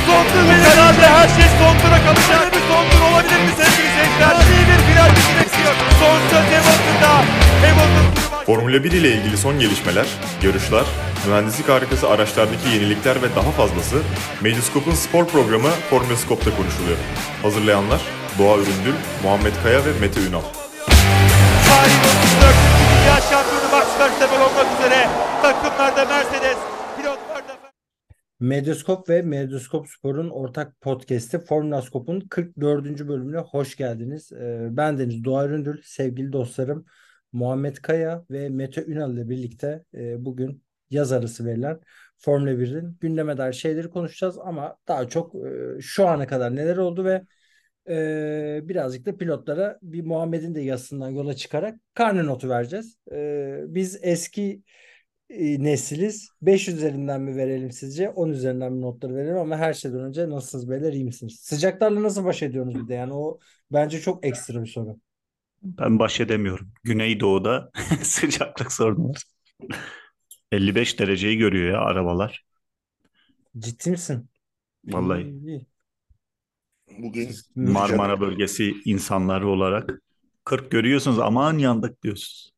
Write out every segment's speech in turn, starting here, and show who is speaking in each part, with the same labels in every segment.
Speaker 1: Son tur benim. Herhalde her şey son tura kalacak. Bir son tur olabilir mi sevgili seyirciler? İyi bir final bekliyor. Son söz Hamilton'da. Hamilton
Speaker 2: Formula 1 ile ilgili son gelişmeler, yarışlar, mühendislik harikası araçlardaki yenilikler ve daha fazlası Medyascope'un spor programı Formülascope'da konuşuluyor. Hazırlayanlar Doğa Üründül, Muhammed Kaya ve Mete Ünal.
Speaker 1: Tarihin 34. Dünya Şampiyonu Max Verstappen olmak üzere takımlarda Mercedes, pilotlarda
Speaker 3: Medyascope ve Medyascope Spor'un ortak podcast'i Formülascope'un 44. bölümüne hoş geldiniz. Ben Deniz Doğa Üründül, sevgili dostlarım Muhammed Kaya ve Mete Ünal ile birlikte bugün yaz arası verilen Formula 1'in gündeme dair şeyleri konuşacağız ama daha çok şu ana kadar neler oldu ve birazcık da pilotlara bir Muhammed'in de yazısından yola çıkarak karne notu vereceğiz. Biz eski nesiliz. 5 üzerinden mi verelim sizce? 10 üzerinden mi notları verelim ama her şeyden önce nasılsınız beyler, iyi misiniz? Sıcaklarla nasıl baş ediyorsunuz bir de, yani o bence çok ekstra bir soru.
Speaker 4: Ben baş edemiyorum. Güneydoğu'da sıcaklık sorunu var. 55 dereceyi görüyor ya arabalar.
Speaker 3: Ciddi misin?
Speaker 4: Vallahi
Speaker 3: İyi.
Speaker 5: Bugün
Speaker 4: siz Marmara bölgesi insanları olarak 40 görüyorsunuz, aman yandık diyorsunuz.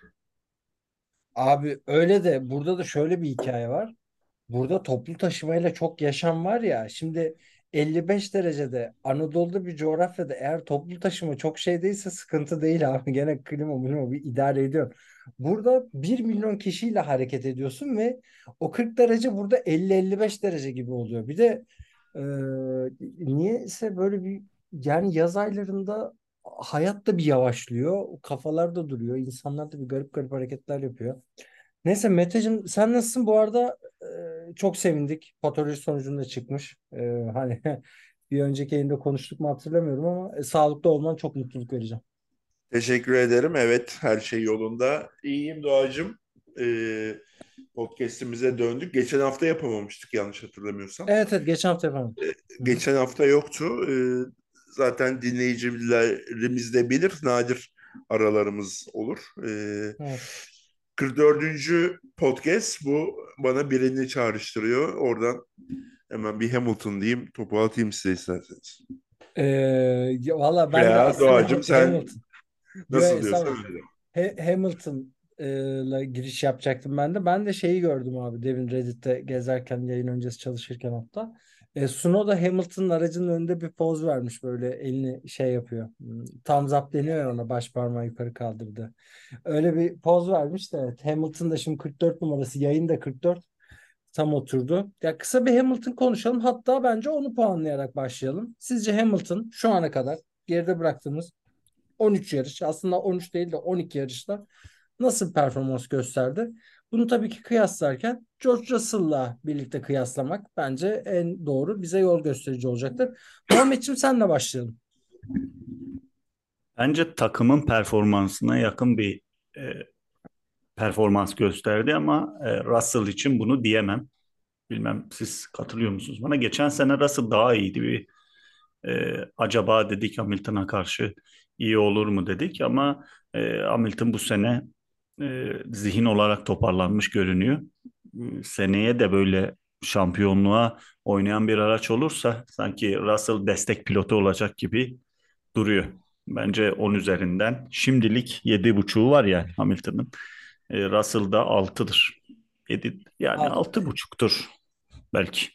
Speaker 3: Abi öyle de burada da şöyle bir hikaye var. Burada toplu taşımayla çok yaşam var ya. Şimdi 55 derecede Anadolu'da bir coğrafyada eğer toplu taşıma çok şey değilse sıkıntı değil abi. Gene klima bir idare ediyor. Burada 1 milyon kişiyle hareket ediyorsun ve o 40 derece burada 50-55 derece gibi oluyor. Bir de e, niyeyse böyle bir, yani yaz aylarında hayat da bir yavaşlıyor. Kafalar da duruyor. İnsanlar da bir garip garip hareketler yapıyor. Neyse Meteciğim, sen nasılsın bu arada? Çok sevindik. Patoloji sonucunda çıkmış. Hani bir önceki yayında konuştuk mu hatırlamıyorum ama sağlıklı olman çok mutluluk vereceğim.
Speaker 5: teşekkür ederim. Evet, her şey yolunda. İyiyim Doğacığım. Podcast'imize döndük. Geçen hafta yapamamıştık yanlış hatırlamıyorsam.
Speaker 3: Evet evet, geçen hafta yapalım. Hı-hı.
Speaker 5: Geçen hafta yoktu. Zaten dinleyicilerimiz de bilir. Nadir aralarımız olur.
Speaker 3: Evet.
Speaker 5: 44. podcast bu. Bana birini çağrıştırıyor. Oradan hemen bir Hamilton diyeyim. Topu atayım size isterseniz.
Speaker 3: Valla ben de
Speaker 5: Veya
Speaker 3: aslında
Speaker 5: Doğacığım sen
Speaker 3: Hamilton.
Speaker 5: nasıl
Speaker 3: Estağfurullah.
Speaker 5: diyorsan öyle.
Speaker 3: Hamilton'la giriş yapacaktım ben de. Ben de şeyi gördüm abi. Demin Reddit'te gezerken, yayın öncesi çalışırken hatta. Tsunoda Hamilton'ın aracının önünde bir poz vermiş, böyle elini şey yapıyor. Thumbs up deniyor ya ona, baş parmağı yukarı kaldırdı. Öyle bir poz vermiş de, evet. Hamilton da şimdi 44 numarası, yayın da 44. Tam oturdu. Ya kısa bir Hamilton konuşalım. Hatta bence onu puanlayarak başlayalım. Sizce Hamilton şu ana kadar geride bıraktığımız 13 yarış, aslında 13 değil de 12 yarışta nasıl bir performans gösterdi? Bunu tabii ki kıyaslarken George Russell'la birlikte kıyaslamak bence en doğru, bize yol gösterici olacaktır. Muhammedciğim, senle başlayalım.
Speaker 4: Bence takımın performansına yakın bir e, performans gösterdi ama Russell için bunu diyemem. Bilmem siz katılıyor musunuz bana? Geçen sene Russell daha iyiydi. Acaba dedik Hamilton'a karşı iyi olur mu dedik ama Hamilton bu sene zihin olarak toparlanmış görünüyor. Seneye de böyle şampiyonluğa oynayan bir araç olursa sanki Russell destek pilotu olacak gibi duruyor. Bence 10 üzerinden. Şimdilik 7,5'u var yani Hamilton'ın. Russell'da 6'dır. 7, yani
Speaker 3: Al,
Speaker 4: 6,5'tur belki.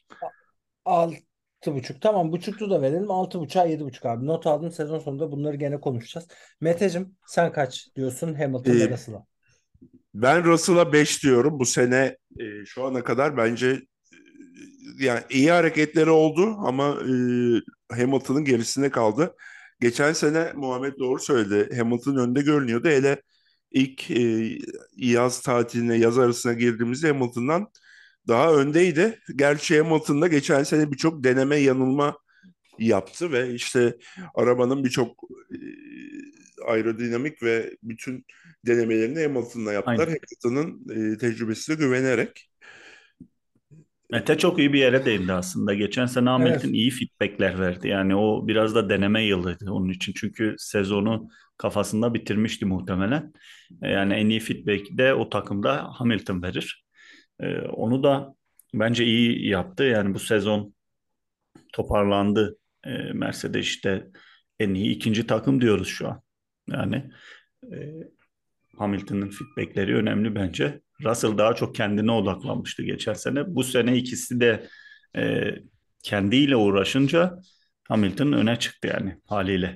Speaker 3: 6,5, tamam, buçuklu da verelim, 6,5'a 7,5 abi. Not aldım, sezon sonunda bunları gene konuşacağız. Meteciğim, sen kaç diyorsun Hamilton ve
Speaker 5: Ee,
Speaker 3: Russell'a?
Speaker 5: Ben Russell'a 5 diyorum. Bu sene şu ana kadar bence yani iyi hareketleri oldu ama Hamilton'ın gerisinde kaldı. Geçen sene Muhammed doğru söyledi. Hamilton önde görünüyordu. Hele ilk yaz tatiline, yaz arasına girdiğimizde Hamilton'dan daha öndeydi. Gerçi Hamilton da geçen sene birçok deneme yanılma yaptı ve işte arabanın birçok aerodinamik ve bütün denemelerini Hamilton'la yaptılar.
Speaker 4: Aynen.
Speaker 5: Hamilton'ın tecrübesine güvenerek.
Speaker 4: Mete çok iyi bir yere değindi aslında. Geçen sene Hamilton
Speaker 3: Evet.
Speaker 4: iyi feedbackler verdi. Yani o biraz da deneme yılıydı onun için. Çünkü sezonu kafasında bitirmişti muhtemelen. Yani en iyi feedback'i de o takımda Hamilton verir. Onu da bence iyi yaptı. Yani bu sezon toparlandı. Mercedes işte en iyi ikinci takım diyoruz şu an. Yani e, Hamilton'ın feedbackleri önemli bence. Russell daha çok kendine odaklanmıştı geçen sene. Bu sene ikisi de e, kendiyle uğraşınca Hamilton öne çıktı yani haliyle.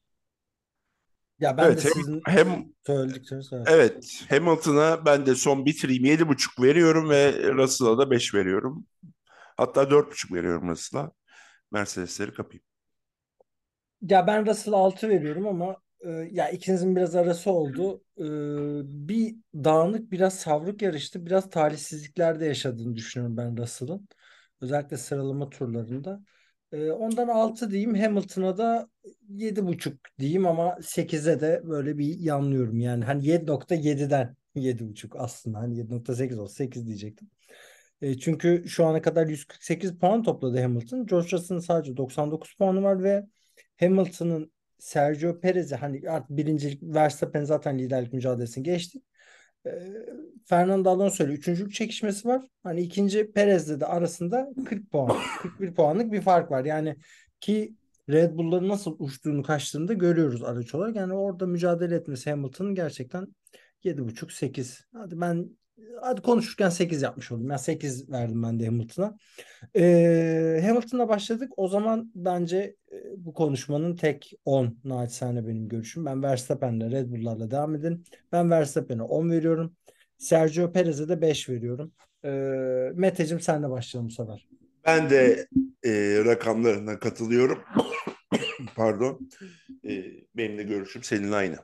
Speaker 3: Ya ben de
Speaker 5: Evet,
Speaker 3: sizin
Speaker 5: hem
Speaker 3: söyledikleriniz, evet.
Speaker 5: evet, Hamilton'a ben de son bitireyim 7,5 veriyorum ve Russell'a da 5 veriyorum. Hatta 4,5 veriyorum Russell'a. Mercedesleri kapayım.
Speaker 3: Ya ben Russell'a 6 veriyorum ama ya ikinizin biraz arası oldu. Bir dağınık, biraz savruk yarıştı. Biraz talihsizlikler de yaşadığını düşünüyorum ben Russell'ın. Özellikle sıralama turlarında. Ondan 6 diyeyim. Hamilton'a da 7,5 diyeyim ama 8'e de böyle bir yanlıyorum. Yani hani 7,7'den 7,5 aslında. Hani 7,8 olsa 8 diyecektim. Çünkü şu ana kadar 148 puan topladı Hamilton. George Russell'ın sadece 99 puanı var ve Hamilton'ın Sergio Perez'i, hani artık birincilik, Verstappen zaten liderlik mücadelesini geçti. E, Fernando Alonso ile üçüncülük çekişmesi var. Hani ikinci Perez'le de arasında 40 puan, 41 puanlık bir fark var. Yani ki Red Bull'ların nasıl uçtuğunu kaçtığını da görüyoruz araç olarak. Yani orada mücadele etmesi Hamilton'ın gerçekten 7,5-8. Hadi konuşurken 8 yapmış oldum. Yani 8 verdim ben de Hamilton'a. Hamilton'la başladık. O zaman bence bu konuşmanın tek 10 naçizane benim görüşüm. Ben Verstappen'le Red Bull'larla devam edin. Ben Verstappen'e 10 veriyorum. Sergio Perez'e de 5 veriyorum. Meteciğim senle başlayalım bu sefer.
Speaker 5: Ben de rakamlarına katılıyorum. Pardon. Benim de görüşüm seninle aynı.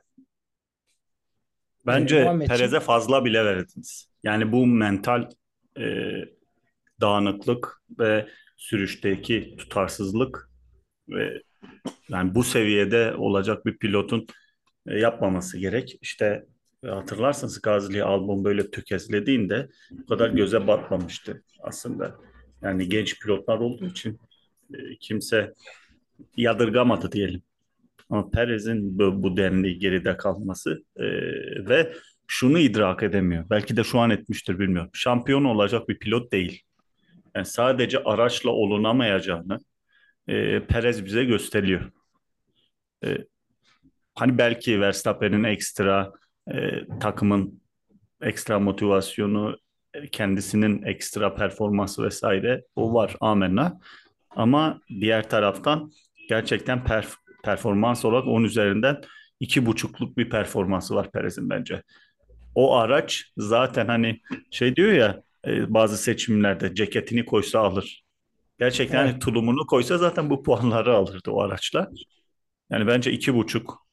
Speaker 4: Bence Perez'e
Speaker 3: Muhammedciğim.
Speaker 4: fazla bile verdiniz. Yani bu mental e, dağınıklık ve sürüşteki tutarsızlık ve yani bu seviyede olacak bir pilotun yapmaması gerek. İşte hatırlarsanız Gazli Albon böyle tökezlediğinde bu kadar göze batmamıştı aslında. Yani genç pilotlar olduğu için kimse yadırgamadı diyelim. Ama Perez'in bu denli geride kalması ve şunu idrak edemiyor. Belki de şu an etmiştir bilmiyorum. Şampiyon olacak bir pilot değil. Yani sadece araçla olunamayacağını Perez bize gösteriyor. E, Hani belki Verstappen'in ekstra takımın ekstra motivasyonu, kendisinin ekstra performansı vesaire o var amenna. Ama diğer taraftan gerçekten performans olarak 10 üzerinden 2,5'luk bir performansı var Perez'in bence. O araç zaten hani şey diyor ya bazı seçimlerde ceketini koysa alır. Gerçekten hani
Speaker 3: Evet.
Speaker 4: tulumunu koysa zaten bu puanları alırdı o araçla. Yani bence 2,5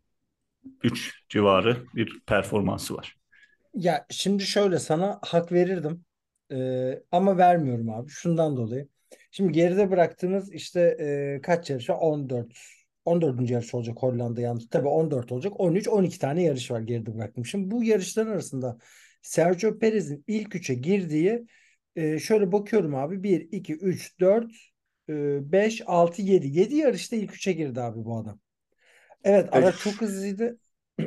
Speaker 4: 3 civarı bir performansı var.
Speaker 3: Ya şimdi şöyle sana hak verirdim. Ama vermiyorum abi şundan dolayı. Şimdi geride bıraktığımız işte kaç yarış var? 14. 14. yarış olacak Hollanda yalnız. Tabii 14 olacak. 13, 12 tane yarış var geride bıraktım. Şimdi bu yarışların arasında Sergio Perez'in ilk üçe girdiği, şöyle bakıyorum abi, bir 2 3 4 5 6 7 7 yarışta ilk üçe girdi abi bu adam. Evet,
Speaker 5: E,
Speaker 3: araç çok hızlıydı.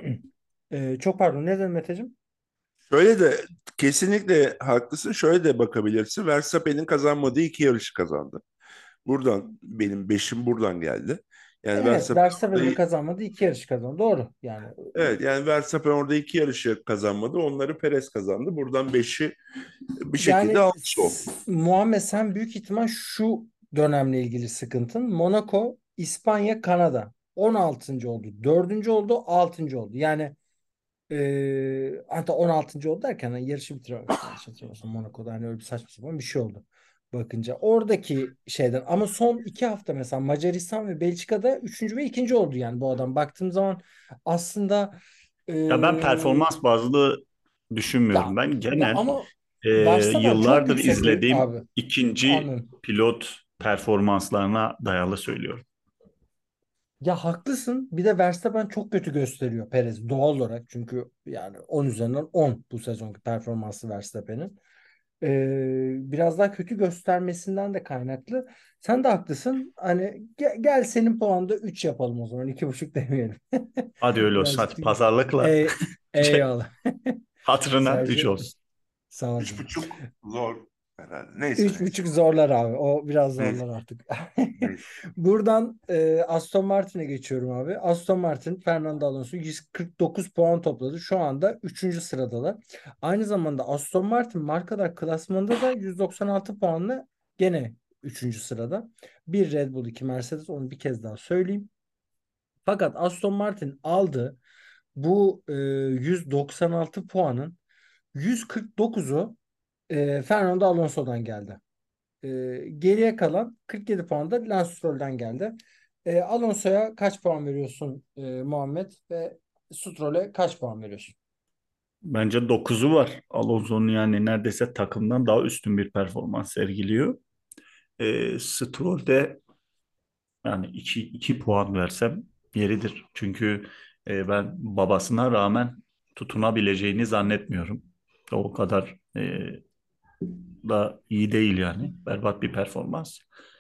Speaker 3: Çok pardon, ne dedim Meteciğim?
Speaker 5: Şöyle de kesinlikle haklısın. Şöyle de bakabilirsin. Verstappen'in kazanmadığı 2 yarışı kazandı. Buradan benim 5'im buradan geldi. Yani
Speaker 3: Evet,
Speaker 5: Verstappen
Speaker 3: Verstappen'in
Speaker 5: orada,
Speaker 3: de kazanmadı, iki yarış kazandı. Doğru. Yani
Speaker 5: evet, yani Verstappen orada 2 yarışı kazanmadı. Onları Perez kazandı. Buradan 5'i bir şekilde
Speaker 3: yani
Speaker 5: almış oldu.
Speaker 3: Muhammed, sen büyük ihtimal şu dönemle ilgili sıkıntın. Monaco, İspanya, Kanada. 16. oldu. Dördüncü oldu. Altıncı oldu. Yani hatta 16. oldu derken hani yarışı bitirememişti. Yanlış hatırlamıyorsam Monaco'da hani öyle bir saçma sapan bir şey oldu. Bakınca oradaki şeyden, ama son 2 hafta mesela Macaristan ve Belçika'da üçüncü ve ikinci oldu yani bu adam. Baktığım zaman aslında
Speaker 4: Ya ben performans bazlı
Speaker 3: ya
Speaker 4: düşünmüyorum. Ben
Speaker 3: ya
Speaker 4: genel
Speaker 3: ama Verstappen çok
Speaker 4: yıllardır
Speaker 3: yüksek
Speaker 4: izlediğim
Speaker 3: abi.
Speaker 4: ikinci
Speaker 3: Anladım.
Speaker 4: pilot performanslarına dayalı söylüyorum.
Speaker 3: Ya haklısın. Bir de Verstappen çok kötü gösteriyor Perez doğal olarak. Çünkü yani 10 üzerinden 10 bu sezonki performansı Verstappen'in. Biraz daha kötü göstermesinden de kaynaklı. Sen de haklısın. Hani gel senin puanında 3 yapalım o zaman. 2,5 demeyelim.
Speaker 4: Hadi öyle olsun.
Speaker 3: Birazcık
Speaker 4: Hadi
Speaker 3: değil.
Speaker 4: pazarlıkla
Speaker 3: Eyvallah.
Speaker 4: hatırına 3
Speaker 3: Sergio
Speaker 4: olsun.
Speaker 3: sağ ol
Speaker 5: Üç
Speaker 3: canım.
Speaker 5: buçuk zor. herhalde. Neyse
Speaker 3: Üç
Speaker 5: neyse.
Speaker 3: buçuk zorlar abi. O biraz
Speaker 5: Neyse.
Speaker 3: zorlar artık.
Speaker 5: Neyse.
Speaker 3: Buradan Aston Martin'e geçiyorum abi. Aston Martin, Fernando Alonso 149 puan topladı. Şu anda üçüncü sıradalar. Aynı zamanda Aston Martin markalar klasmanında da 196 puanla gene üçüncü sırada. Bir Red Bull, iki Mercedes, onu bir kez daha söyleyeyim. Fakat Aston Martin aldı bu 196 puanın 149'u Fernando Alonso'dan geldi. E, Geriye kalan 47 puan da Lance Stroll'den geldi. Alonso'ya kaç puan veriyorsun Muhammed ve Stroll'e kaç puan veriyorsun?
Speaker 4: Bence 9'u var. Alonso'nun yani neredeyse takımdan daha üstün bir performans sergiliyor. Stroll'de yani iki puan versem yeridir. Çünkü ben babasına rağmen tutunabileceğini zannetmiyorum. O kadar da iyi değil yani. Berbat bir performans.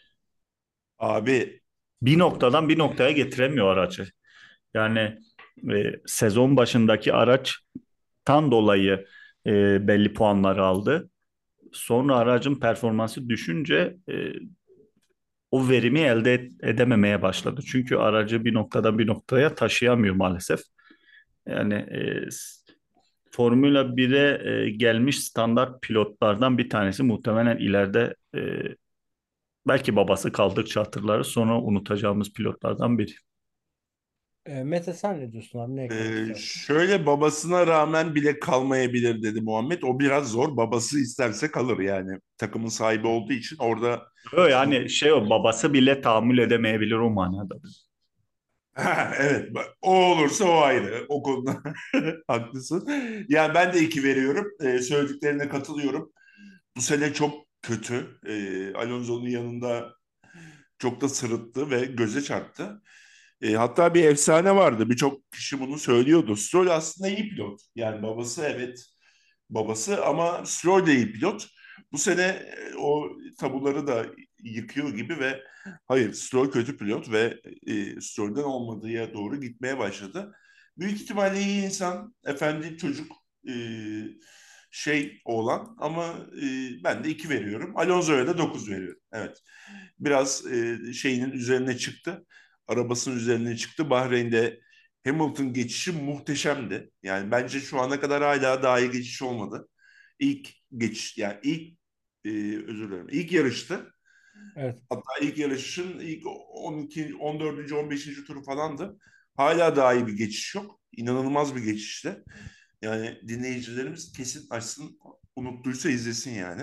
Speaker 5: Abi
Speaker 4: Bir noktadan bir noktaya getiremiyor aracı. Yani sezon başındaki araçtan dolayı belli puanları aldı. Sonra aracın performansı düşünce o verimi edememeye başladı. Çünkü aracı bir noktadan bir noktaya taşıyamıyor maalesef. Yani Formula 1'e gelmiş standart pilotlardan bir tanesi, muhtemelen ileride belki babası kaldıkça hatırlarız, sonra unutacağımız pilotlardan biri.
Speaker 3: Mete sen ne diyorsun abi? Ne eklemek istersin?
Speaker 5: şöyle babasına rağmen bile kalmayabilir dedi Muhammed. O biraz zor. Babası isterse kalır yani. Takımın sahibi olduğu için orada
Speaker 4: Yok
Speaker 5: bu
Speaker 4: yani o babası bile tahammül edemeyebilir o manada.
Speaker 5: Ha, evet o olursa o ayrı. O konuda haklısın. Yani ben de 2 veriyorum. Söylediklerine katılıyorum. Bu sene çok kötü. Alonso'nun yanında çok da sırıttı ve göze çarptı. Hatta bir efsane vardı. Birçok kişi bunu söylüyordu. Stroll aslında iyi pilot. Yani babası evet babası ama Stroll de iyi pilot. Bu sene o tabuları da yıkıyor gibi ve hayır Stroll kötü pilot ve Stroll'den olmadığı doğru gitmeye başladı. Büyük ihtimalle iyi insan, efendi çocuk e, oğlan ama ben de 2 veriyorum. Alonso'ya da 9 veriyorum. Evet. Biraz şeyinin üzerine çıktı. Arabasının üzerine çıktı. Bahreyn'de Hamilton geçişi muhteşemdi. Yani bence şu ana kadar hala daha iyi geçiş olmadı. İlk geçiş yani ilk e, özür dilerim. İlk yarıştı.
Speaker 3: Evet.
Speaker 5: Hatta ilk yarışın ilk 12, 14. 15. turu falandı. Hala daha iyi bir geçiş yok. İnanılmaz bir geçişti. Yani dinleyicilerimiz kesin açsın, unuttuysa izlesin yani.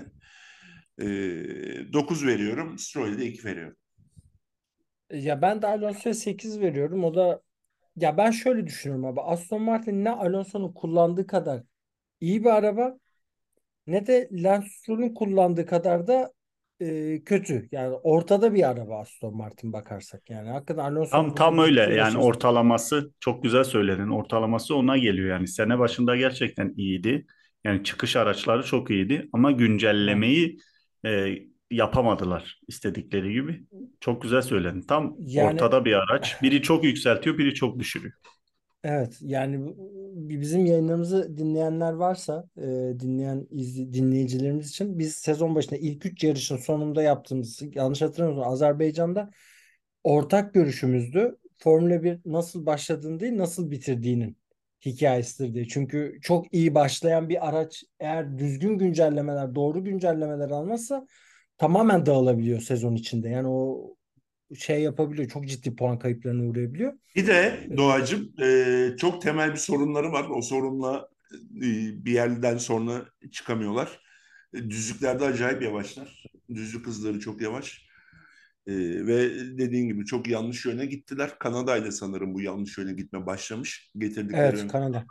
Speaker 5: 9 veriyorum. Stroll'e de 2 veriyorum.
Speaker 3: Ya ben de Alonso'ya 8 veriyorum. O da ya ben şöyle düşünüyorum abi. Aston Martin ne Alonso'nun kullandığı kadar iyi bir araba, ne de Lance Stroll'ün kullandığı kadar da kötü. Yani ortada bir araba Aston Martin bakarsak. Yani hakikaten Alonso'nun
Speaker 4: Tam
Speaker 3: burada
Speaker 4: öyle
Speaker 3: ciddi
Speaker 4: yani,
Speaker 3: başarısı.
Speaker 4: ortalaması çok güzel söyledin. Ortalaması ona geliyor yani. Sene başında gerçekten iyiydi. Yani çıkış araçları çok iyiydi ama
Speaker 3: Evet.
Speaker 4: güncellemeyi e, yapamadılar istedikleri gibi. Çok güzel söyledin. Tam
Speaker 3: Yani
Speaker 4: ortada bir araç. Biri çok yükseltiyor, biri çok düşürüyor.
Speaker 3: evet yani bizim yayınlarımızı dinleyenler varsa dinleyicilerimiz için biz sezon başında ilk 3 yarışın sonunda yaptığımız, yanlış hatırlamıyorsam Azerbaycan'da, ortak görüşümüzdü. Formula bir nasıl başladığını değil nasıl bitirdiğinin hikayesidir diye. Çünkü çok iyi başlayan bir araç eğer düzgün güncellemeler, doğru güncellemeler almazsa tamamen dağılabiliyor sezon içinde. Yani o şey yapabiliyor. Çok ciddi puan kayıplarına uğrayabiliyor.
Speaker 5: Bir de
Speaker 3: E,
Speaker 5: Doğacığım çok temel bir sorunları var. O sorunla bir yerden sonra çıkamıyorlar. Düzlüklerde acayip yavaşlar. Düzlük hızları çok yavaş. Ve dediğin gibi çok yanlış yöne gittiler. Kanada'yla sanırım bu yanlış yöne gitme başlamış.
Speaker 3: Evet,
Speaker 5: Getirdikleri
Speaker 3: Kanada.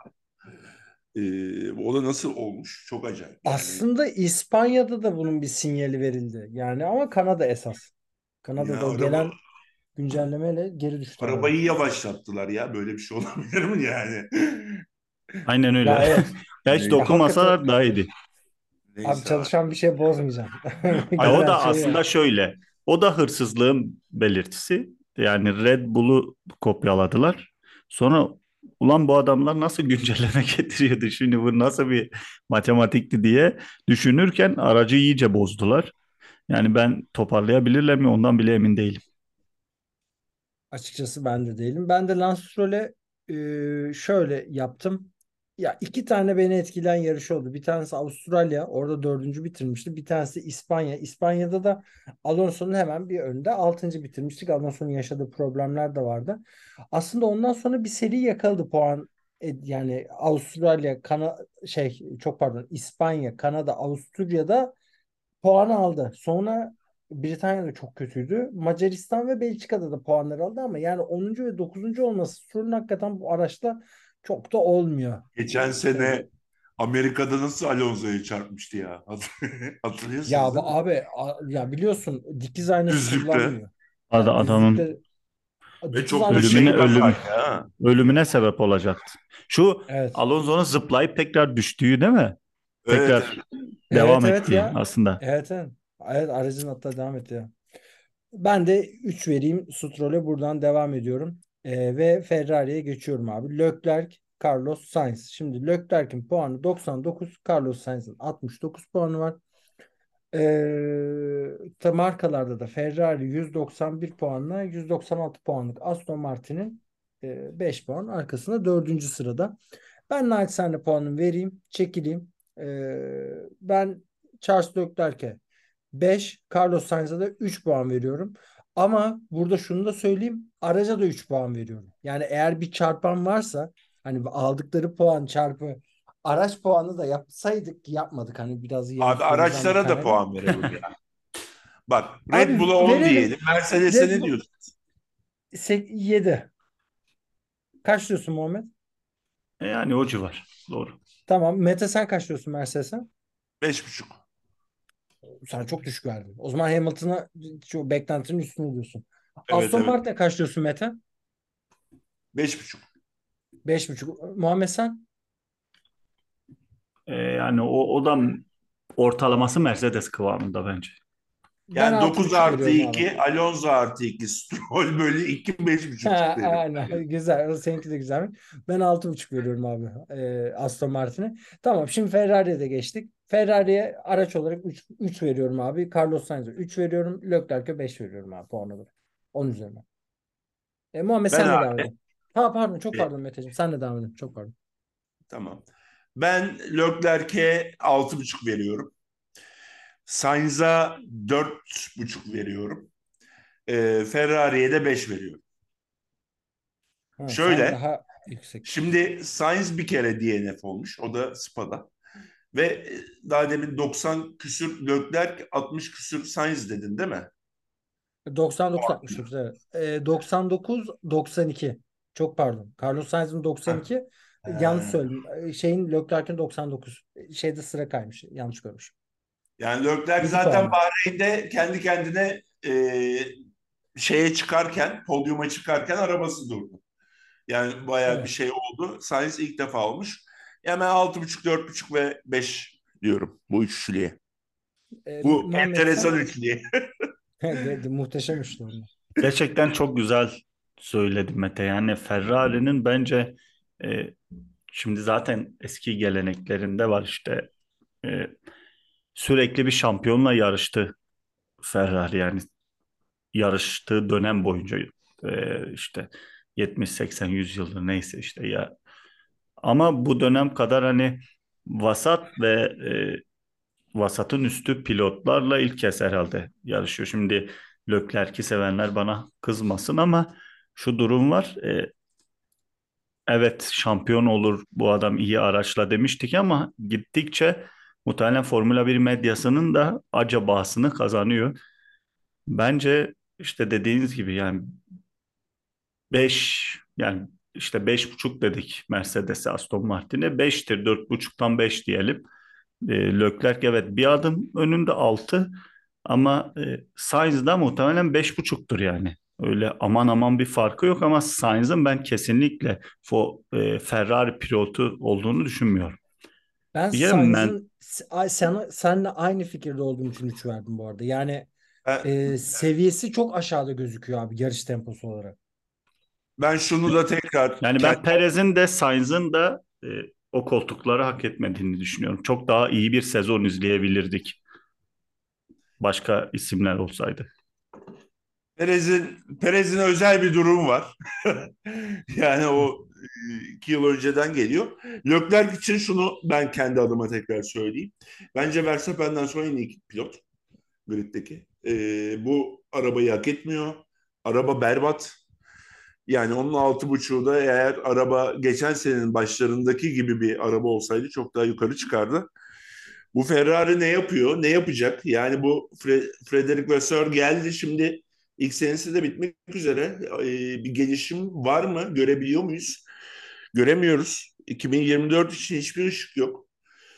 Speaker 5: o da nasıl olmuş? Çok acayip yani.
Speaker 3: Aslında İspanya'da da bunun bir sinyali verildi. Yani ama Kanada esas.
Speaker 5: Ya
Speaker 3: Kanada'da o gelen güncellemeyle geri düştü araba.
Speaker 5: arabayı yavaşlattılar ya. Böyle bir şey olabilir mi yani?
Speaker 4: Aynen öyle.
Speaker 3: Ya evet.
Speaker 4: Ya hiç
Speaker 5: Neyse.
Speaker 3: Ya hakikaten
Speaker 4: dokunmasalar daha iyiydi.
Speaker 3: abi
Speaker 5: Neyse abi.
Speaker 3: çalışan bir şey bozmayacaksın.
Speaker 4: Ya o
Speaker 3: Güzel
Speaker 4: da
Speaker 3: şey
Speaker 4: aslında
Speaker 3: ya.
Speaker 4: şöyle. O da hırsızlığın belirtisi. Yani Red Bull'u kopyaladılar. Sonra ulan bu adamlar nasıl güncelleme getiriyordu şimdi, bu nasıl bir matematikti diye düşünürken aracı iyice bozdular. Yani ben toparlayabilirler mi ondan bile emin değilim.
Speaker 3: Açıkçası ben de değilim. Ben de Lance Stroll'e şöyle yaptım. Ya iki tane beni etkileyen yarış oldu. Bir tanesi Avustralya. Orada dördüncü bitirmişti. Bir tanesi İspanya. İspanya'da da Alonso'nun hemen bir önünde altıncı bitirmiştik. Alonso'nun yaşadığı problemler de vardı. Aslında ondan sonra bir seri yakaladı puan. Yani Avustralya, çok pardon, İspanya, Kanada, Avusturya'da puan aldı. Sonra Britanya'da çok kötüydü. Macaristan ve Belçika'da da puanlar aldı ama yani onuncu ve dokuzuncu olması sorun hakikaten bu araçta çok da olmuyor.
Speaker 5: Geçen
Speaker 3: Ee,
Speaker 5: sene Amerika'da nasıl Alonso'ya çarpmıştı ya? Hatırlıyorsunuz değil mi?
Speaker 3: ya biliyorsun dikiz aynası
Speaker 5: Düzlükte.
Speaker 3: kullanmıyor. Yani
Speaker 4: Adamın
Speaker 3: düzlükte
Speaker 5: Ve
Speaker 3: dikiz
Speaker 5: çok da
Speaker 3: aynası
Speaker 4: ölümüne
Speaker 5: şey
Speaker 3: kullanmıyor.
Speaker 4: ölüm
Speaker 5: kazaydı ha.
Speaker 4: ölümüne sebep olacaktı. Şu
Speaker 3: Evet.
Speaker 4: Alonso'nun zıplayıp tekrar düştüğü değil mi?
Speaker 5: Evet,
Speaker 4: Tekrar
Speaker 5: evet.
Speaker 3: Evet,
Speaker 4: devam
Speaker 3: evet
Speaker 4: ettiği
Speaker 3: ya.
Speaker 4: aslında.
Speaker 3: Evet, evet. Evet, aracın hatta devam etti ya. Ben de 3 vereyim. Stroll'e buradan devam ediyorum. Ve Ferrari'ye geçiyorum abi. Leclerc, Carlos Sainz. Şimdi Leclerc'in puanı 99. Carlos Sainz'in 69 puanı var. Markalarda da Ferrari 191 puanla 196 puanlık Aston Martin'in 5 puan arkasında dördüncü sırada. Ben naçizane puanımı vereyim. Çekileyim. Ben Charles Leclerc'e 5, Carlos Sainz'a da 3 puan veriyorum. Ama burada şunu da söyleyeyim. Araca da 3 puan veriyorum. Yani eğer bir çarpan varsa hani aldıkları puan çarpı araç puanı da yapsaydık, yapmadık. Hani biraz
Speaker 5: Abi
Speaker 3: yanlışlarımızdan da
Speaker 5: araçlara da
Speaker 3: kaynak.
Speaker 5: puan verelim ya. Bak Red
Speaker 3: Abi
Speaker 5: Bull'a 10
Speaker 3: verelim.
Speaker 5: diyelim. Mercedes'e
Speaker 3: Red
Speaker 5: ne
Speaker 3: Bull
Speaker 5: diyorsun?
Speaker 3: 7. Kaç diyorsun Muhammed?
Speaker 4: Yani o civar. Doğru.
Speaker 3: Tamam. Mete sen kaç diyorsun Mercedes'e?
Speaker 5: 5,5.
Speaker 3: Sen çok düşük verdin. O zaman Hamilton'a şu beklentinin üstüne diyorsun.
Speaker 5: Evet,
Speaker 3: Aston
Speaker 5: evet.
Speaker 3: Martin'e kaç diyorsun Mete?
Speaker 5: 5,5.
Speaker 3: 5,5. Muhammed sen?
Speaker 4: Yani o da ortalaması Mercedes kıvamında bence.
Speaker 3: Ben
Speaker 5: Yani
Speaker 3: altı
Speaker 5: 9
Speaker 3: buçuk
Speaker 5: artı
Speaker 3: veriyorum abi.
Speaker 5: 2, Alonso artı 2, Stroll bölü 2, 5,5
Speaker 3: Ha,
Speaker 5: derim.
Speaker 3: aynen. Güzel. Seninki de güzelmiş. Ben 6,5 veriyorum abi. Aston Martin'e. Tamam. Şimdi Ferrari'ye de geçtik. Ferrari'ye araç olarak 3 veriyorum abi. Carlos Sainz'e 3 veriyorum. Leclerc'e 5 veriyorum abi puan olarak. 10 üzerinden. Muhammed
Speaker 5: Ben
Speaker 3: sen de devam
Speaker 5: abi
Speaker 3: edin. Ha pardon. Çok
Speaker 5: e,
Speaker 3: pardon Meteciğim. Sen de devam edin. Çok pardon.
Speaker 5: tamam. Ben Leclerc'e 6,5 veriyorum. Sainz'a 4,5 veriyorum. Ferrari'ye de 5 veriyorum.
Speaker 3: Ha, sen
Speaker 5: Şöyle,
Speaker 3: daha yüksek.
Speaker 5: şimdi Sainz bir kere DNF olmuş. O da Spa'da. Ve daha demin 90 küsür Leclerc, 60 küsür Sainz dedin değil mi?
Speaker 3: 99-69 evet. 99-92. Çok pardon. Carlos Sainz'in
Speaker 5: Heh.
Speaker 3: 92. Yanlış
Speaker 5: Ee,
Speaker 3: söyledim. Leclerc'in 99. Şeyde sıra kaymış. Yanlış görmüş.
Speaker 5: Yani Leclerc
Speaker 3: 7
Speaker 5: zaten
Speaker 3: puanı.
Speaker 5: Bahreyn'de kendi kendine şeye çıkarken, podyuma çıkarken arabası durdu. Yani bayağı bir
Speaker 3: Evet.
Speaker 5: şey oldu. Sainz ilk defa olmuş. Yani ben 6,5, 4,5 ve 5 diyorum bu üçlüye. Bu
Speaker 3: Muhammed
Speaker 5: enteresan
Speaker 3: sen?
Speaker 5: üçlüye.
Speaker 3: Muhteşem işte onlar.
Speaker 4: Gerçekten çok güzel söyledi Mete. Yani Ferrari'nin bence e, şimdi zaten eski geleneklerinde var işte, e, sürekli bir şampiyonla yarıştı Ferrari, yani yarıştığı dönem boyunca işte 70 80 100 yıldır neyse işte ya, ama bu dönem kadar hani vasat ve vasatın üstü pilotlarla ilk kez herhalde yarışıyor. Şimdi Leclerc'i sevenler bana kızmasın ama şu durum var. Evet, şampiyon olur bu adam iyi araçla demiştik ama gittikçe muhtemelen Formula 1 medyasının da acabasını kazanıyor. Bence işte dediğiniz gibi yani 5, yani işte 5,5 dedik Mercedes'e, Aston Martin'e 5'tir, 4,5'tan 5 diyelim. Leclerc evet bir adım önünde 6 ama Sainz da muhtemelen 5,5'tur yani. Öyle aman aman bir farkı yok ama Sainz'ın ben kesinlikle Ferrari pilotu olduğunu düşünmüyorum.
Speaker 3: Ben
Speaker 4: Bir kere men
Speaker 3: Sainz'in seninle aynı fikirde olduğum için 3 verdim bu arada. Yani
Speaker 5: Ben,
Speaker 3: seviyesi çok aşağıda gözüküyor abi yarış temposu olarak.
Speaker 5: Ben şunu da tekrar
Speaker 4: Yani
Speaker 5: kendi
Speaker 4: ben Perez'in de Sainz'ın da o koltukları hak etmediğini düşünüyorum. Çok daha iyi bir sezon izleyebilirdik başka isimler olsaydı.
Speaker 5: Perez'in özel bir durum var. Yani o 2 yıl önceden geliyor. Leclerc için şunu ben kendi adıma tekrar söyleyeyim. Bence Verstappen'den sonra en iyi pilot griddeki. Bu arabayı hak etmiyor. Araba berbat. Yani onun 6,5'u da eğer araba geçen senenin başlarındaki gibi bir araba olsaydı çok daha yukarı çıkardı. Bu Ferrari ne yapıyor? Ne yapacak? Yani bu Frederic Vasseur geldi şimdi ilk senesi de bitmek üzere. Bir gelişim var mı? Görebiliyor muyuz? Göremiyoruz. 2024 için hiçbir ışık yok.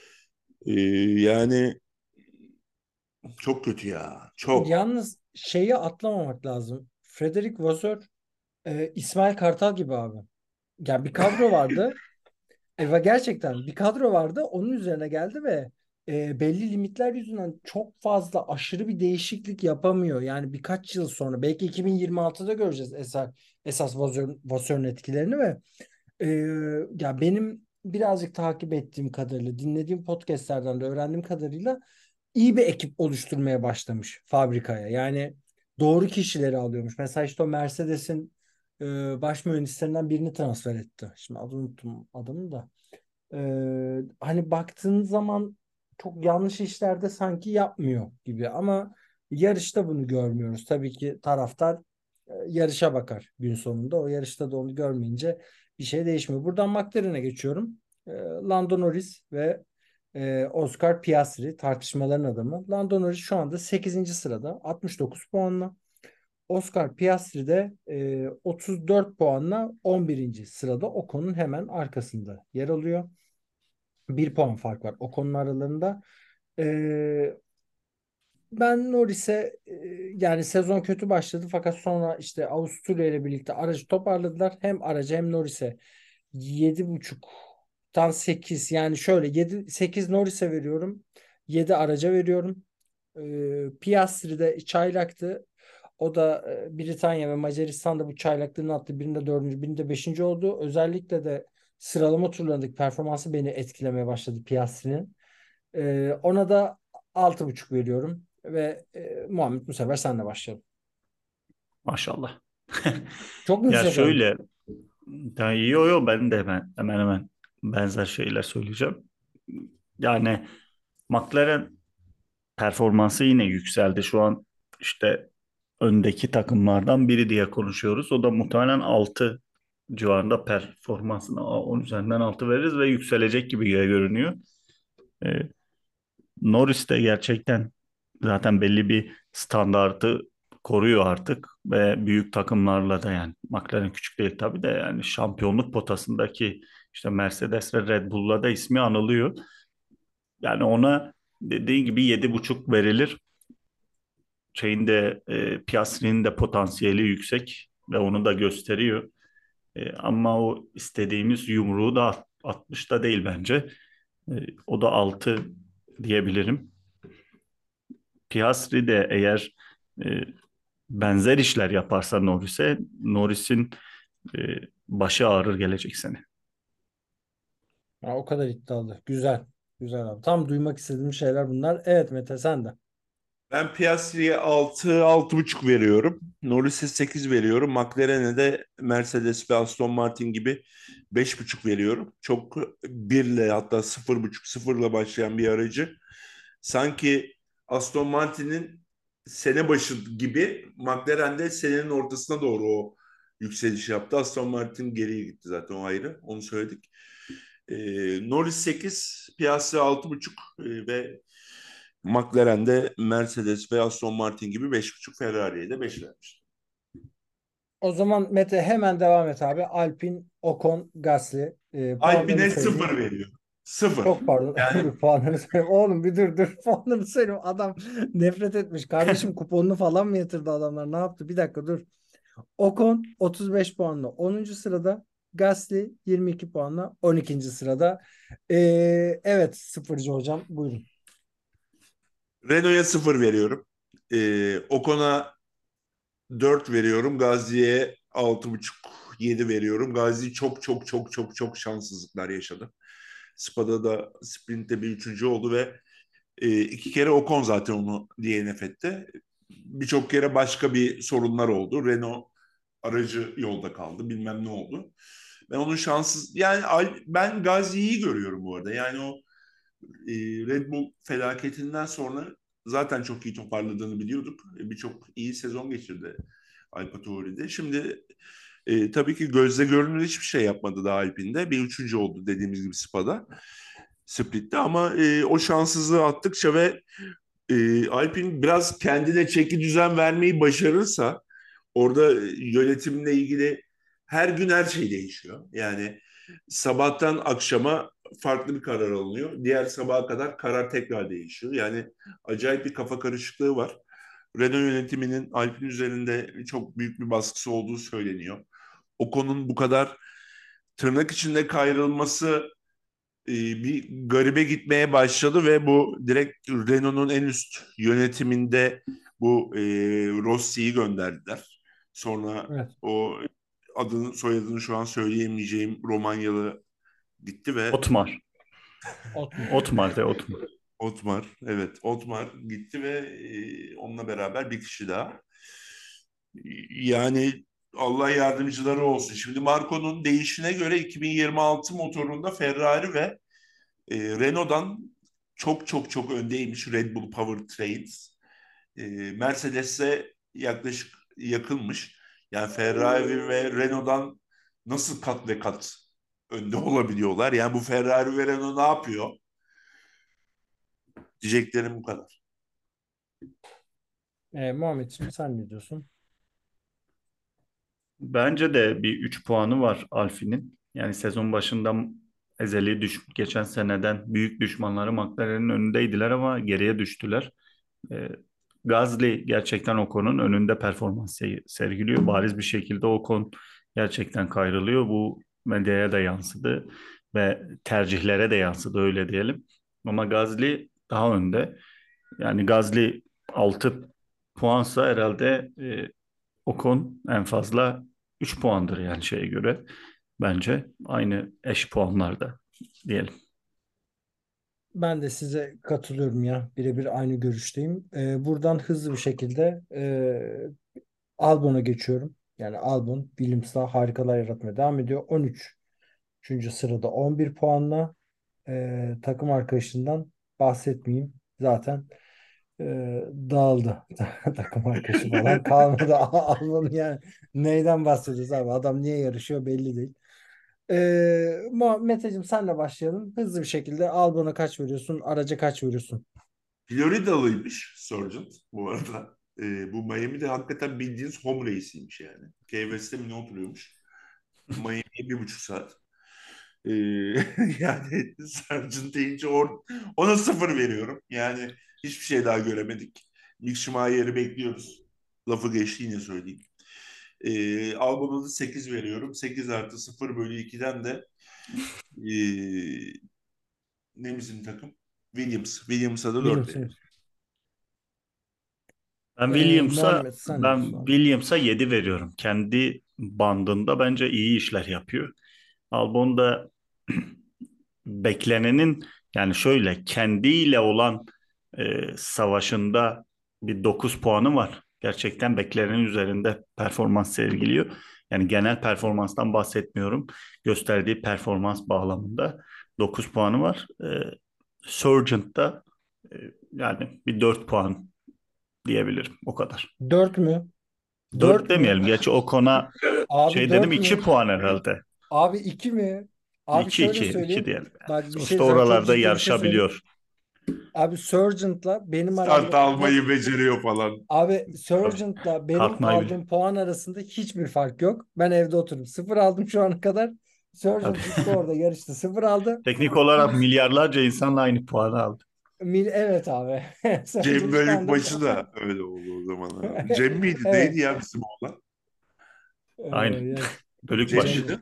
Speaker 5: Yani çok kötü ya. Çok.
Speaker 3: Yalnız şeyi atlamamak lazım. Frederic Vasseur İsmail Kartal gibi abi. Yani bir kadro vardı. Ve gerçekten bir kadro vardı. Onun üzerine geldi ve belli limitler yüzünden çok fazla aşırı bir değişiklik yapamıyor. Yani birkaç yıl sonra belki 2026'da göreceğiz esas Vassör'ün etkilerini ve e, ya benim birazcık takip ettiğim kadarıyla, dinlediğim podcastlerden de öğrendiğim kadarıyla iyi bir ekip oluşturmaya başlamış fabrikaya. Yani doğru kişileri alıyormuş. Mesela işte o Mercedes'in baş mühendislerinden birini transfer etti. Şimdi adını unuttum adını da. Hani baktığın zaman çok yanlış işlerde sanki yapmıyor gibi ama yarışta bunu görmüyoruz. Tabii ki taraftar yarışa bakar gün sonunda. O yarışta da onu görmeyince bir şey değişmiyor. Buradan McLaren'e geçiyorum. Lando Norris ve Oscar Piastri tartışmaların adamı. Lando Norris şu anda 8. sırada 69 puanla. Oscar Piastri de 34 puanla 11. sırada Ocon'un hemen arkasında yer alıyor. Bir puan fark var Ocon'un aralarında. Ee, Ben Norris'e yani sezon kötü başladı fakat sonra işte Avusturya ile birlikte aracı toparladılar. Hem araca hem Norris'e 7,5'tan 8 yani şöyle 7 8 Norris'e veriyorum. 7 araca veriyorum. Piastri de çaylaktı. O da Britanya ve Macaristan'da bu çaylaklığını attı. Birinde dördüncü, birinde beşinci oldu. Özellikle de sıralama turlarındaki performansı beni etkilemeye başladı Piastri'nin. Ona da 6,5 veriyorum. Ve Muhammed bu sefer senle başlayalım.
Speaker 4: Maşallah.
Speaker 3: Çok mu
Speaker 4: Ya
Speaker 3: yüksek oldu?
Speaker 4: şöyle, ya yo ben de hemen hemen benzer şeyler söyleyeceğim. Yani McLaren performansı yine yükseldi. Şu an işte öndeki takımlardan biri diye konuşuyoruz. O da muhtemelen 6 civarında performansına 10 üzerinden 6 veririz ve yükselecek gibi görünüyor. Ee, Norris de gerçekten zaten belli bir standartı koruyor artık ve büyük takımlarla da yani McLaren küçük değil tabii de yani şampiyonluk potasındaki işte Mercedes ve Red Bull'la da ismi anılıyor. Yani ona dediğin gibi 7,5 verilir. Piastri'nin de potansiyeli yüksek ve onu da gösteriyor. Ama o istediğimiz yumruğu da 60'ta değil bence. O da 6 diyebilirim. Piastri de eğer e, benzer işler yaparsa Norris'in e, başı ağrır gelecek sene.
Speaker 3: Ha, o kadar iddialı. Güzel. Güzel abi. Tam duymak istediğim şeyler bunlar. Evet Mete sen de.
Speaker 5: Ben Piastri'ye 6,5 veriyorum. Norris'e 8 veriyorum. McLaren'e de Mercedes ve Aston Martin gibi 5,5 veriyorum. Çok birle hatta 0,5 sıfırla başlayan bir aracı. Sanki Aston Martin'in sene başı gibi McLaren de senenin ortasına doğru o yükseliş yaptı. Aston Martin geriye gitti zaten o ayrı. Onu söyledik. Norris 8, Piastri 6,5 ve McLaren'de Mercedes ve Aston Martin gibi 5,5 Ferrari'ye de 5 vermiş.
Speaker 3: O zaman Mete hemen devam et abi. Alpine, Ocon, Gasly. Puanlarını
Speaker 5: Alpine
Speaker 3: söyleyeyim.
Speaker 5: 0 veriyor. 0.
Speaker 3: Çok pardon.
Speaker 5: Yani
Speaker 3: Dur puanlarını söyleyeyim. Oğlum bir dur puanlarını söyleyeyim. Adam nefret etmiş. Kardeşim kuponunu falan mı yatırdı adamlar? Ne yaptı? Bir dakika dur. Ocon 35 puanla 10. sırada. Gasly 22 puanla 12. sırada. Evet sıfırcı hocam buyurun.
Speaker 5: Renault'a 0 veriyorum. Ocon'a 4 veriyorum. Gazi'ye 6,5 7 veriyorum. Gazi çok çok çok çok çok şanssızlıklar yaşadı. Spada da sprintte bir üçüncü oldu ve iki kere Ocon zaten onu DNF etti. Birçok kere başka bir sorunlar oldu. Renault aracı yolda kaldı. Bilmem ne oldu. Ben onun şanssız... Yani ben Gazi'yi görüyorum bu arada. Yani o Red Bull felaketinden sonra zaten çok iyi toparladığını biliyorduk. Birçok iyi sezon geçirdi AlphaTauri'de. Şimdi tabii ki gözle görünür hiçbir şey yapmadı daha Alpine'de. Bir üçüncü oldu dediğimiz gibi Spa'da. Split'te ama o şanssızlığı attıkça ve Alpine biraz kendine çeki düzen vermeyi başarırsa orada yönetimle ilgili her gün her şey değişiyor. Yani sabahtan akşama farklı bir karar alınıyor. Diğer sabaha kadar karar tekrar değişiyor. Yani acayip bir kafa karışıklığı var. Renault yönetiminin Alpine üzerinde çok büyük bir baskısı olduğu söyleniyor. O konunun bu kadar tırnak içinde kayrılması bir garibe gitmeye başladı ve bu direkt Renault'un en üst yönetiminde bu Rossi'yi gönderdiler. Sonra
Speaker 3: Evet.
Speaker 5: o adını soyadını şu an söyleyemeyeceğim Romanyalı gitti ve
Speaker 4: Otmar.
Speaker 3: Otmar.
Speaker 4: Otmar de Otmar.
Speaker 5: Otmar, evet Otmar gitti ve onunla beraber bir kişi daha. Yani Allah yardımcıları olsun. Şimdi Marco'nun değişine göre 2026 motorunda Ferrari ve Renault'dan çok çok çok öndeymiş Red Bull Powertrains. Mercedes'e yaklaşık yakınmış. Yani Ferrari ve Renault'dan nasıl kat ve kat önde olabiliyorlar? Yani bu Ferrari ve Renault ne yapıyor? Diyeceklerim bu kadar.
Speaker 3: Muhammedciğim sen ne diyorsun?
Speaker 4: Bence de bir 3 puanı var Alfi'nin. Yani sezon başından ezeli geçen seneden büyük düşmanları McLaren'in önündeydiler ama geriye düştüler. E, Gasly gerçekten Ocon'un önünde performans sergiliyor. Bariz bir şekilde Ocon gerçekten kayrılıyor. Bu medyaya da yansıdı ve tercihlere de yansıdı öyle diyelim. Ama Gasly daha önde. Yani Gasly 6 puansa herhalde Ocon en fazla 3 puandır yani şeye göre. Bence aynı eş puanlarda diyelim.
Speaker 3: Ben de size katılıyorum ya. Birebir aynı görüşteyim. Buradan hızlı bir şekilde Albon'a geçiyorum. Yani Albon Williams'la harikalar yaratmaya devam ediyor. 13. sırada 11 puanla takım arkadaşından bahsetmeyeyim. Zaten dağıldı. Takım arkadaşı falan kalmadı. Albon yani neyden bahsediyoruz abi? Adam niye yarışıyor belli değil. Meteciğim senle başlayalım. Hızlı bir şekilde Albon'a kaç veriyorsun? Araca kaç veriyorsun?
Speaker 5: Floridalıymış Sargent bu arada. Bu Miami'de hakikaten bildiğiniz home race'iymiş yani. Key West'te mi ne oturuyormuş? Miami'ye 1,5 saat. Ee, yani Sargent deyince ona 0 veriyorum. Yani hiçbir şey daha göremedik. Mick Schumacher'i bekliyoruz. Lafı geçti yine söyleyeyim. Albon'a da 8 veriyorum. 8 artı 0 bölü 2'den de ne bizim takım? Williams. Williams'a da 4 veriyorum.
Speaker 3: Williams.
Speaker 4: Ben Williams'a
Speaker 3: Muhammed sen ne
Speaker 4: ben
Speaker 3: diyorsun abi?
Speaker 4: Williams'a 7 veriyorum. Kendi bandında bence iyi işler yapıyor. Albon da beklenenin yani şöyle kendiyle olan savaşında bir 9 puanı var. Gerçekten beklenenin üzerinde performans sergiliyor. Yani genel performanstan bahsetmiyorum. Gösterdiği performans bağlamında 9 puanı var. Sargent'da e, yani bir 4 puan diyebilirim. O kadar.
Speaker 3: 4 mü?
Speaker 4: 4
Speaker 3: 4 mü?
Speaker 4: demeyelim. Gerçi o kona
Speaker 3: Abi
Speaker 4: şey dedim
Speaker 3: 4
Speaker 4: 2
Speaker 3: mü?
Speaker 4: puan herhalde.
Speaker 3: Abi 2 mi? Abi
Speaker 4: 2
Speaker 3: şöyle
Speaker 4: 2
Speaker 3: söyleyeyim.
Speaker 4: diyelim. Yani.
Speaker 3: Bak bir şey
Speaker 4: Sonuçta
Speaker 3: söyleyeyim. Çok
Speaker 4: oralarda
Speaker 3: ciddi bir şey söyleyeyim.
Speaker 4: yarışabiliyor.
Speaker 3: Abi Surgeon'la benim
Speaker 5: Start
Speaker 3: aramdaki
Speaker 5: almayı beceriyor falan.
Speaker 3: abi
Speaker 4: Tabii.
Speaker 3: Surgeon'la benim
Speaker 4: Kalkmayı biliyor.
Speaker 3: aldığım puan arasında hiçbir fark yok. Ben evde oturdum. 0 aldım şu ana kadar.
Speaker 4: Tabii.
Speaker 3: Surgeon gitti orada yarıştı. 0 aldı.
Speaker 4: Teknik olarak milyarlarca insanla aynı puanı aldı.
Speaker 3: Evet abi. Surgeon
Speaker 5: Cem
Speaker 3: şu anda
Speaker 5: Bölükbaşı da öyle oldu o zaman. Ha. Cem miydi?
Speaker 3: evet.
Speaker 5: Neydi ya bizim oğlan?
Speaker 4: Aynı.
Speaker 3: Ya,
Speaker 5: Cem
Speaker 4: Bölükbaşı.
Speaker 3: Cem.
Speaker 5: miydi?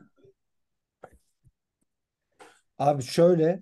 Speaker 3: Abi şöyle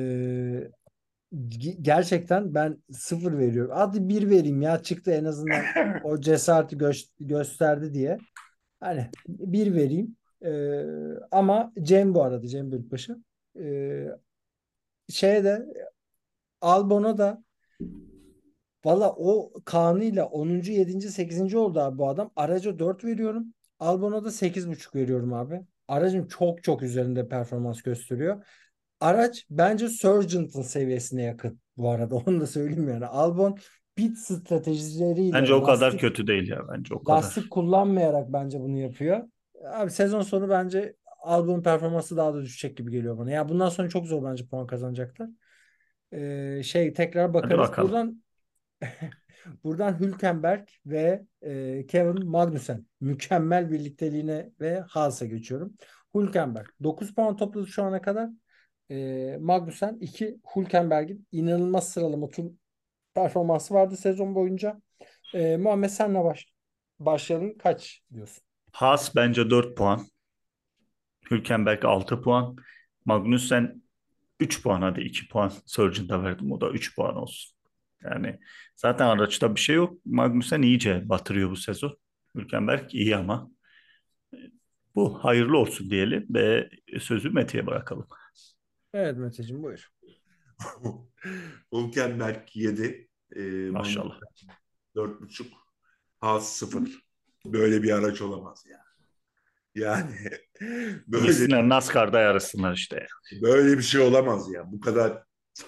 Speaker 3: gerçekten ben 0 veriyorum. Hadi 1 vereyim ya çıktı en azından o cesareti gösterdi diye. Hani 1 vereyim. Ama Cem bu arada Cem Bölükbaşı. Ee, şeyde Albon'a da valla o kanıyla 10. 7. 8. oldu abi bu adam. Araca 4 veriyorum. Albon'a da 8,5 veriyorum abi. Aracın çok çok üzerinde performans gösteriyor. Araç bence Sargent'ın seviyesine yakın bu arada. Onu da söyleyeyim yani. Albon pit stratejileriyle
Speaker 4: Bence o kadar kötü değil ya. Bence o
Speaker 3: lastik
Speaker 4: kadar.
Speaker 3: kullanmayarak bence bunu yapıyor. Abi sezon sonu bence Albon'un performansı daha da düşecek gibi geliyor bana. Ya bundan sonra çok zor bence puan kazanacaklar. Tekrar
Speaker 4: Hadi
Speaker 3: bakarız.
Speaker 4: bakalım.
Speaker 3: Buradan Hülkenberg ve Kevin Magnussen mükemmel birlikteliğine ve Haas'a geçiyorum. Hülkenberg 9 puan topladı şu ana kadar. Magnussen 2. Hülkenberg'in inanılmaz sıralama tur performansı vardı sezon boyunca. Muhammed senle başlayalım. Kaç diyorsun?
Speaker 4: Haas bence 4 puan. Hülkenberg 6 puan. Magnussen 3 puan, hadi 2 puan Surgeon'da verdim. O da 3 puan olsun. Yani zaten araçta bir şey yok. Magnussen iyice batırıyor bu sezon. Hülkenberg iyi ama bu hayırlı olsun diyelim ve sözü Mete'ye bırakalım.
Speaker 3: Evet Meteciğim buyur.
Speaker 5: Hülkenberg 7.
Speaker 4: Maşallah.
Speaker 5: 4,5. Haas 0. Böyle bir araç olamaz ya. Yani böyle
Speaker 4: Gitsinler NASCAR'da yarışsınlar işte.
Speaker 5: böyle bir şey olamaz ya. Bu kadar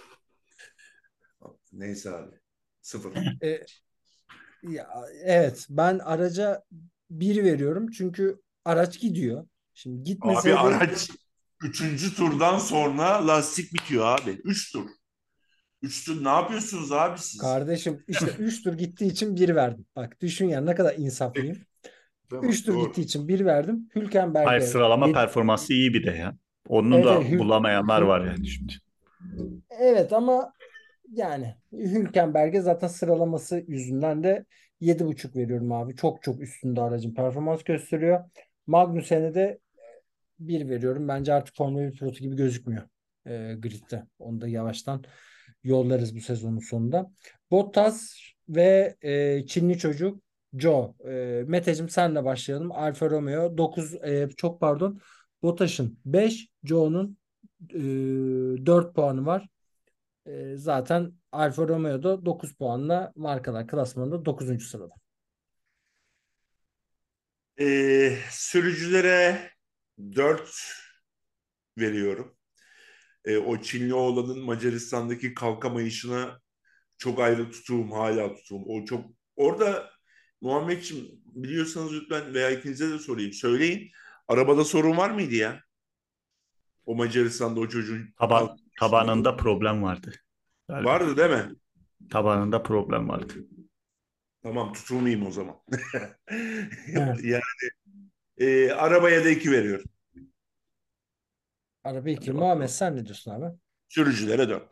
Speaker 5: neyse abi. 0.
Speaker 3: E, Ya, evet ben araca bir veriyorum çünkü araç gidiyor. Şimdi
Speaker 5: Abi
Speaker 3: gitmeseydi
Speaker 5: araç üçüncü turdan sonra lastik bitiyor abi. 3 tur. 3 tur ne yapıyorsunuz abi siz?
Speaker 3: kardeşim işte 3 tur gittiği için bir verdim. Bak düşün ya ne kadar insaflıyım.
Speaker 5: Tamam
Speaker 3: 3 tur
Speaker 5: doğru.
Speaker 3: gittiği için bir verdim.
Speaker 4: Hayır,
Speaker 3: Hülkenberg'e
Speaker 4: sıralama
Speaker 3: 7.
Speaker 4: performansı iyi bir de ya. Onu
Speaker 3: Evet,
Speaker 4: da bulamayanlar var yani şimdi.
Speaker 3: evet ama yani Hülkenberg'e zaten sıralaması yüzünden de 7,5 veriyorum abi. Çok çok üstünde aracın performans gösteriyor. Magnussen'e de bir veriyorum. Bence artık Formula 1 pilotu gibi gözükmüyor gridde. Onu da yavaştan yollarız bu sezonun sonunda. Bottas ve Çinli çocuk Joe. Meteciğim senle başlayalım. Alfa Romeo 9 çok pardon. Bottas'ın 5, Joe'nun 4 puanı var. Zaten Alfa Romeo'da 9 puanla markalar klasmanında 9. sırada.
Speaker 5: Sürücülere 4 veriyorum. O Çinli oğlanın Macaristan'daki kalkamayışına çok ayrı tutuğum, hala tutuğum. O çok orada Muhammedciğim biliyorsanız lütfen veya ikinize de sorayım. Söyleyin. Arabada sorun var mıydı ya? O Macaristan'da o çocuğun kalkamayışında.
Speaker 4: Tabanında problem vardı galiba.
Speaker 5: Vardı değil mi?
Speaker 4: Tabanında problem vardı.
Speaker 5: Tamam tutulmayayım o zaman.
Speaker 3: Evet.
Speaker 5: Yani arabaya da 2 veriyorum.
Speaker 3: Araba 2.
Speaker 4: Hadi
Speaker 3: Muhammed
Speaker 4: bakalım.
Speaker 3: sen ne diyorsun abi?
Speaker 5: Sürücülere 4.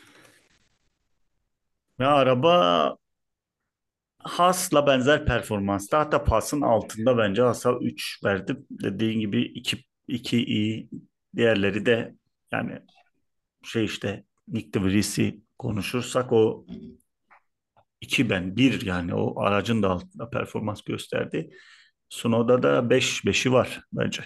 Speaker 4: Ve araba Haas'la benzer performansta, hatta pasın altında bence Haas'a 3 verdim. Dediğin gibi iki iyi. Diğerleri de yani şey işte Nick de Vries'i konuşursak o 2 ben bir, yani o aracın da altında performans gösterdi. Sunoda da 5'i var bence.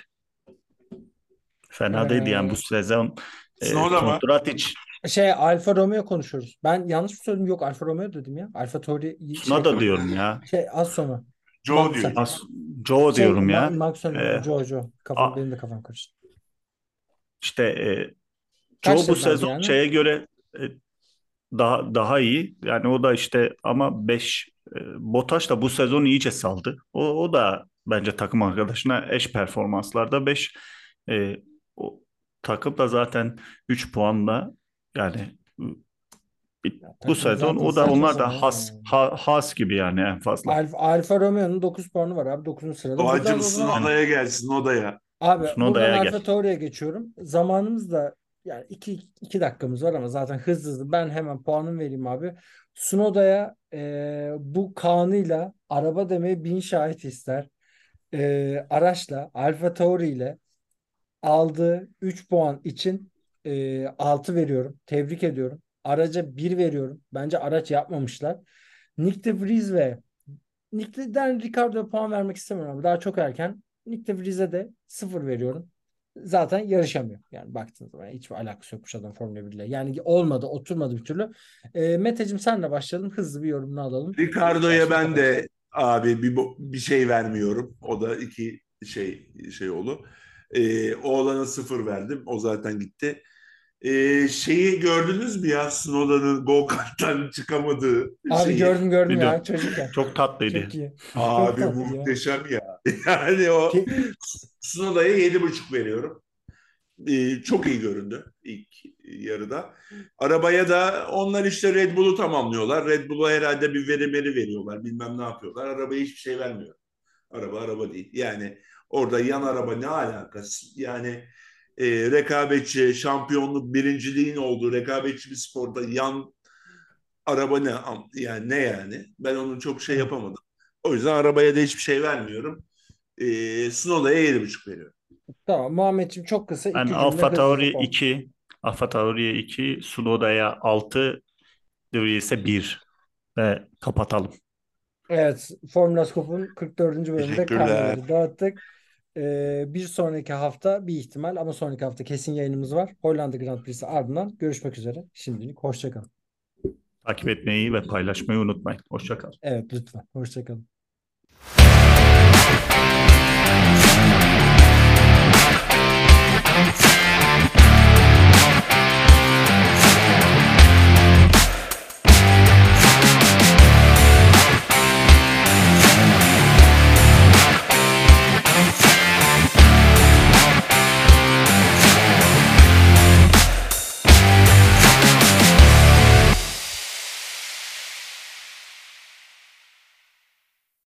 Speaker 4: Fena değildi yani bu
Speaker 3: Ee,
Speaker 4: sezon.
Speaker 5: Snowda mı?
Speaker 4: Kontratic
Speaker 3: Alfa Romeo konuşuyoruz. Ben yanlış mı söyledim? Yok Alfa Romeo dedim ya. Alfa Tauri
Speaker 4: Sunoda diyorum ya.
Speaker 3: az sonra.
Speaker 5: Joe diyor.
Speaker 3: Magnussen.
Speaker 4: Joe diyorum ya.
Speaker 3: Magnussen
Speaker 4: E,
Speaker 3: diyorum. Joe.
Speaker 4: a-
Speaker 3: Benim de kafam karıştı.
Speaker 4: işte Joe
Speaker 3: Kaç
Speaker 4: bu
Speaker 3: dedin abi
Speaker 4: sezon
Speaker 3: yani?
Speaker 4: şeye göre daha iyi. Yani o da işte ama 5 Bottas da bu sezon iyice saldı. O da bence takım arkadaşına eş performanslarda 5. O takım da zaten 3 puanla yani
Speaker 3: Ya,
Speaker 4: bu
Speaker 3: takım
Speaker 4: sezon
Speaker 3: zaten
Speaker 4: o da,
Speaker 3: saçma
Speaker 4: onlar da
Speaker 3: sapan.
Speaker 4: has gibi yani en fazla.
Speaker 3: Alfa Romeo'nun 9 puanı var abi. 9. sırada. Buradan
Speaker 5: Doğacım
Speaker 3: o zaman
Speaker 4: Yani
Speaker 5: Snowda'ya gelsin odaya.
Speaker 3: abi buradan
Speaker 4: Tsunoda'ya
Speaker 3: Alfa
Speaker 4: gel.
Speaker 3: Tauri'ye geçiyorum. Zamanımız da yani 2 dakikamız var ama zaten hızlı. Ben hemen puanımı vereyim abi. Tsunoda'ya bu kanıyla araba demeye bin şahit ister. Araçla Alfa Tauri ile aldığı 3 puan için 6 veriyorum. Tebrik ediyorum. Araca bir veriyorum. Bence araç yapmamışlar. Nick de Vries ve Nick'den Ricardo'ya puan vermek istemiyorum abi. Daha çok erken. Nick de Vries'e 0 veriyorum. Zaten yarışamıyor. Yani baktığınız zaman hiçbir alakası yokmuş adam Formula 1 ile. Yani olmadı, oturmadı bir türlü. Meteciğim senle başlayalım. Hızlı bir yorumunu alalım.
Speaker 5: Ricardo'ya
Speaker 3: Başla
Speaker 5: ben
Speaker 3: kapat.
Speaker 5: de abi bir şey vermiyorum. O da iki şey oldu. Oğlan'a 0 verdim. O zaten gitti. Şeyi gördünüz mü ya? Snowda'nın go-kart'tan çıkamadığı
Speaker 3: Abi
Speaker 5: şeyi.
Speaker 3: gördüm ya
Speaker 4: Video.
Speaker 3: çocukken.
Speaker 4: Çok tatlıydı.
Speaker 3: Çok iyi. Çok
Speaker 5: Abi
Speaker 3: tatlı ya.
Speaker 5: muhteşem ya. Yani o
Speaker 3: Ki,
Speaker 5: Snowda'ya 7,5 veriyorum. Çok iyi göründü ilk yarıda. Arabaya da onlar işte Red Bull'u tamamlıyorlar. Red Bull'a herhalde bir verimleri veriyorlar. Bilmem ne yapıyorlar. Arabaya hiçbir şey vermiyor. Araba değil. Yani orada yan araba ne alakası? Yani rekabetçi, şampiyonluk, birinciliğin olduğu rekabetçi bir sporda yan araba ne? Yani ne yani? Ben onun çok şey
Speaker 3: evet.
Speaker 5: yapamadım. O yüzden arabaya da hiçbir şey vermiyorum. Snowda'ya 7,5 veriyorum.
Speaker 3: Tamam Muhammedciğim çok kısa
Speaker 4: Ben
Speaker 3: iki cümle hızlı
Speaker 4: AlphaTauri
Speaker 3: form.
Speaker 4: 2, AlphaTauri'ye 2, Tsunoda'ya 6, De Vries'e 1 ve kapatalım.
Speaker 3: Evet, Formula Scope'un 44. bölümünde
Speaker 5: Teşekkürler.
Speaker 3: karneleri dağıttık. Bir sonraki hafta bir ihtimal ama sonraki hafta kesin yayınımız var. Hollanda Grand Prix'si ardından görüşmek üzere. Şimdilik hoşça kalın.
Speaker 4: Takip etmeyi ve paylaşmayı unutmayın. Hoşça kalın.
Speaker 3: Evet lütfen hoşça kalın.